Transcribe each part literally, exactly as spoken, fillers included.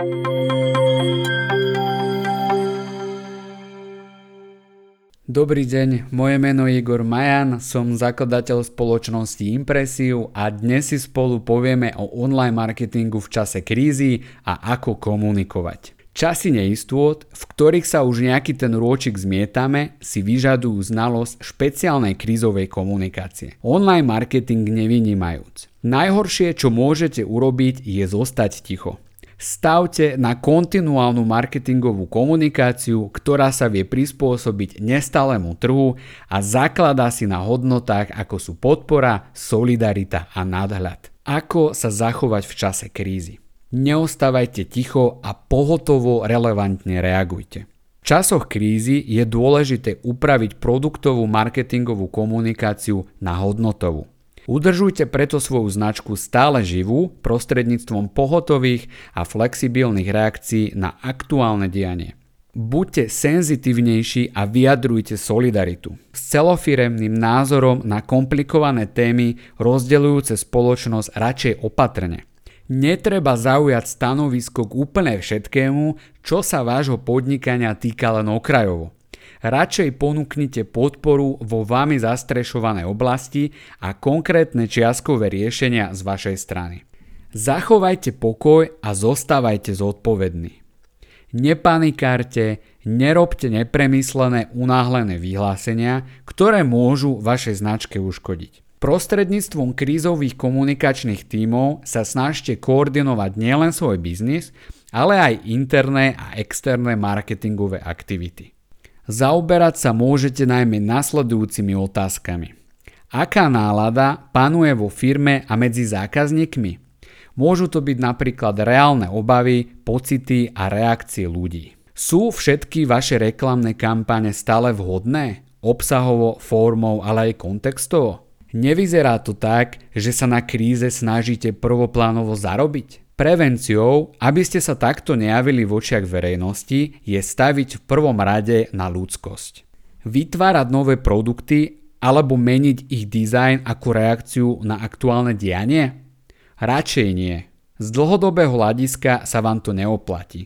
Dobrý deň, moje meno je Igor Majan, som zakladateľ spoločnosti Impresiu a dnes si spolu povieme o online marketingu v čase krízy a ako komunikovať. Časy neistôt, v ktorých sa už nejaký ten rôčik zmietame, si vyžadujú znalosť špeciálnej krízovej komunikácie. Online marketing nevynímajúc. Najhoršie, čo môžete urobiť, je zostať ticho. Stavte na kontinuálnu marketingovú komunikáciu, ktorá sa vie prispôsobiť nestálému trhu a zakladá si na hodnotách, ako sú podpora, solidarita a nadhľad. Ako sa zachovať v čase krízy? Neostávajte ticho a pohotovo relevantne reagujte. V časoch krízy je dôležité upraviť produktovú marketingovú komunikáciu na hodnotovú. Udržujte preto svoju značku stále živú prostredníctvom pohotových a flexibilných reakcií na aktuálne dianie. Buďte senzitívnejší a vyjadrujte solidaritu. S celofiremným názorom na komplikované témy rozdeľujúce spoločnosť radšej opatrne. Netreba zaujať stanovisko k úplne všetkému, čo sa vášho podnikania týka len okrajovo. Radšej ponúknite podporu vo vami zastrešovanej oblasti a konkrétne čiastkové riešenia z vašej strany. Zachovajte pokoj a zostávajte zodpovední. Nepanikárte, nerobte nepremyslené unáhlené vyhlásenia, ktoré môžu vašej značke uškodiť. Prostredníctvom krízových komunikačných tímov sa snažte koordinovať nielen svoj biznis, ale aj interné a externé marketingové aktivity. Zaoberať sa môžete najmä nasledujúcimi otázkami. Aká nálada panuje vo firme a medzi zákazníkmi? Môžu to byť napríklad reálne obavy, pocity a reakcie ľudí. Sú všetky vaše reklamné kampane stále vhodné? Obsahovo, formou, ale aj kontextovo? Nevyzerá to tak, že sa na kríze snažíte prvoplánovo zarobiť? Prevenciou, aby ste sa takto nejavili v očiach verejnosti, je staviť v prvom rade na ľudskosť. Vytvárať nové produkty alebo meniť ich dizajn ako reakciu na aktuálne dianie? Radšej nie. Z dlhodobého hľadiska sa vám to neoplatí.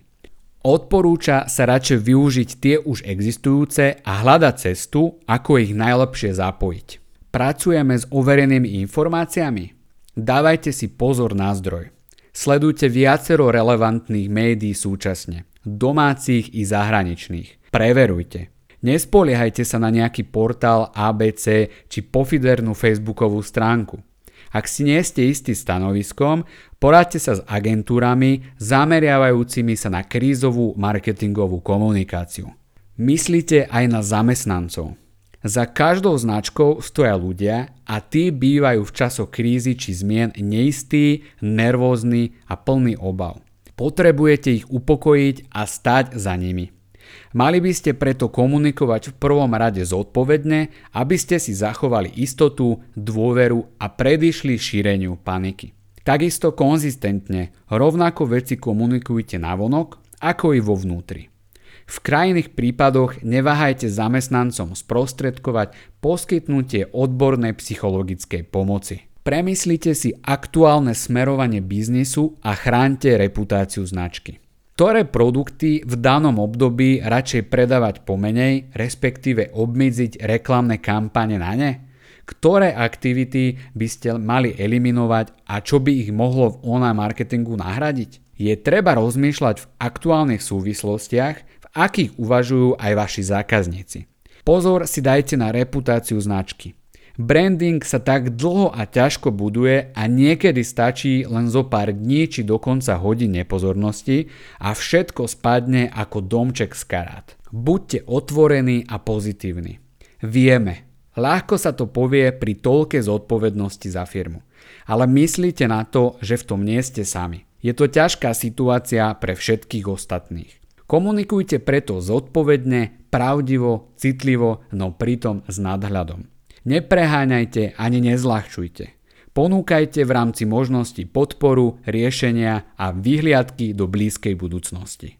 Odporúča sa radšej využiť tie už existujúce a hľadať cestu, ako ich najlepšie zapojiť. Pracujeme s overenými informáciami? Dávajte si pozor na zdroj. Sledujte viacero relevantných médií súčasne, domácich i zahraničných. Preverujte. Nespoliehajte sa na nejaký portál á bé cé či pofidernú facebookovú stránku. Ak si nie ste istí stanoviskom, poradte sa s agentúrami zameriavajúcimi sa na krízovú marketingovú komunikáciu. Myslite aj na zamestnancov. Za každou značkou stoja ľudia a tí bývajú v časoch krízy či zmien neistí, nervózni a plní obav. Potrebujete ich upokojiť a stať za nimi. Mali by ste preto komunikovať v prvom rade zodpovedne, aby ste si zachovali istotu, dôveru a predišli šíreniu paniky. Takisto konzistentne, rovnako veci komunikujte navonok, ako i vo vnútri. V krajných prípadoch neváhajte zamestnancom sprostredkovať poskytnutie odbornej psychologickej pomoci. Premyslite si aktuálne smerovanie biznisu a chráňte reputáciu značky. Ktoré produkty v danom období radšej predávať pomenej, respektíve obmedziť reklamné kampane na ne? Ktoré aktivity by ste mali eliminovať a čo by ich mohlo v online marketingu nahradiť? Je treba rozmýšľať v aktuálnych súvislostiach, v akých uvažujú aj vaši zákazníci. Pozor si dajte na reputáciu značky. Branding sa tak dlho a ťažko buduje a niekedy stačí len zo pár dní či dokonca hodín nepozornosti a všetko spadne ako domček z karát. Buďte otvorení a pozitívni. Vieme, ľahko sa to povie pri toľkej zodpovednosti za firmu. Ale myslíte na to, že v tom nie ste sami. Je to ťažká situácia pre všetkých ostatných. Komunikujte preto zodpovedne, pravdivo, citlivo, no pritom s nadhľadom. Nepreháňajte ani nezľahčujte. Ponúkajte v rámci možností podporu, riešenia a vyhliadky do blízkej budúcnosti.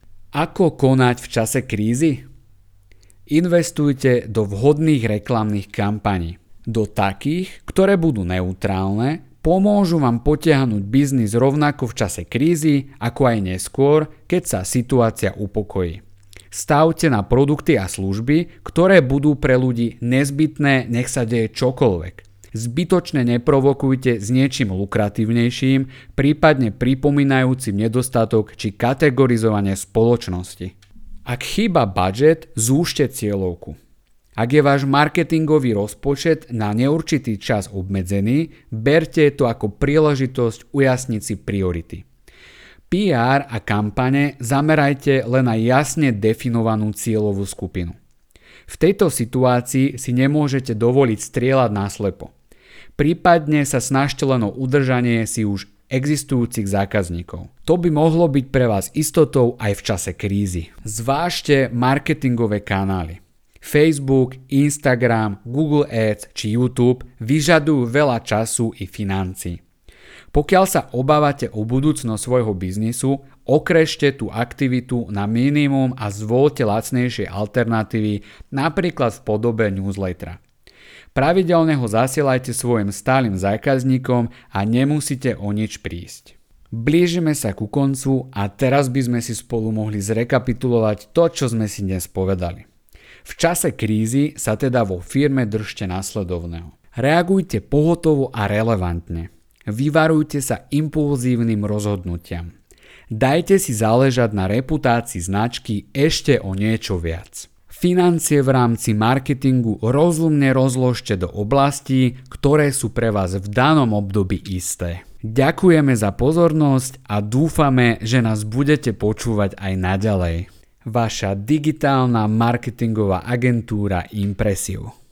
Ako konať v čase krízy? Investujte do vhodných reklamných kampaní. Do takých, ktoré budú neutrálne, Pomôžu vám potiahnuť biznis rovnako v čase krízy, ako aj neskôr, keď sa situácia upokojí. Stavte na produkty a služby, ktoré budú pre ľudí nezbytné, nech sa deje čokoľvek. Zbytočne neprovokujte s niečím lukratívnejším, prípadne pripomínajúcim nedostatok či kategorizovanie spoločnosti. Ak chýba budget, zúžte cieľovku. Ak je váš marketingový rozpočet na neurčitý čas obmedzený, berte to ako príležitosť ujasniť si priority. pé er a kampane zamerajte len na jasne definovanú cieľovú skupinu. V tejto situácii si nemôžete dovoliť strieľať naslepo. Prípadne sa snažte len o udržanie si už existujúcich zákazníkov. To by mohlo byť pre vás istotou aj v čase krízy. Zvážte marketingové kanály. Facebook, Instagram, Google Ads či YouTube vyžadujú veľa času i financií. Pokiaľ sa obávate o budúcnosť svojho biznisu, okrešte tú aktivitu na minimum a zvoľte lacnejšie alternatívy, napríklad v podobe newslettera. Pravidelne ho zasielajte svojim stálym zákazníkom a nemusíte o nič prísť. Blížime sa ku koncu a teraz by sme si spolu mohli zrekapitulovať to, čo sme si dnes povedali. V čase krízy sa teda vo firme držte nasledovného. Reagujte pohotovo a relevantne. Vyvarujte sa impulzívnym rozhodnutiam. Dajte si záležať na reputácii značky ešte o niečo viac. Financie v rámci marketingu rozumne rozložte do oblastí, ktoré sú pre vás v danom období isté. Ďakujeme za pozornosť a dúfame, že nás budete počúvať aj naďalej. Vaša digitálna marketingová agentúra Impresiu.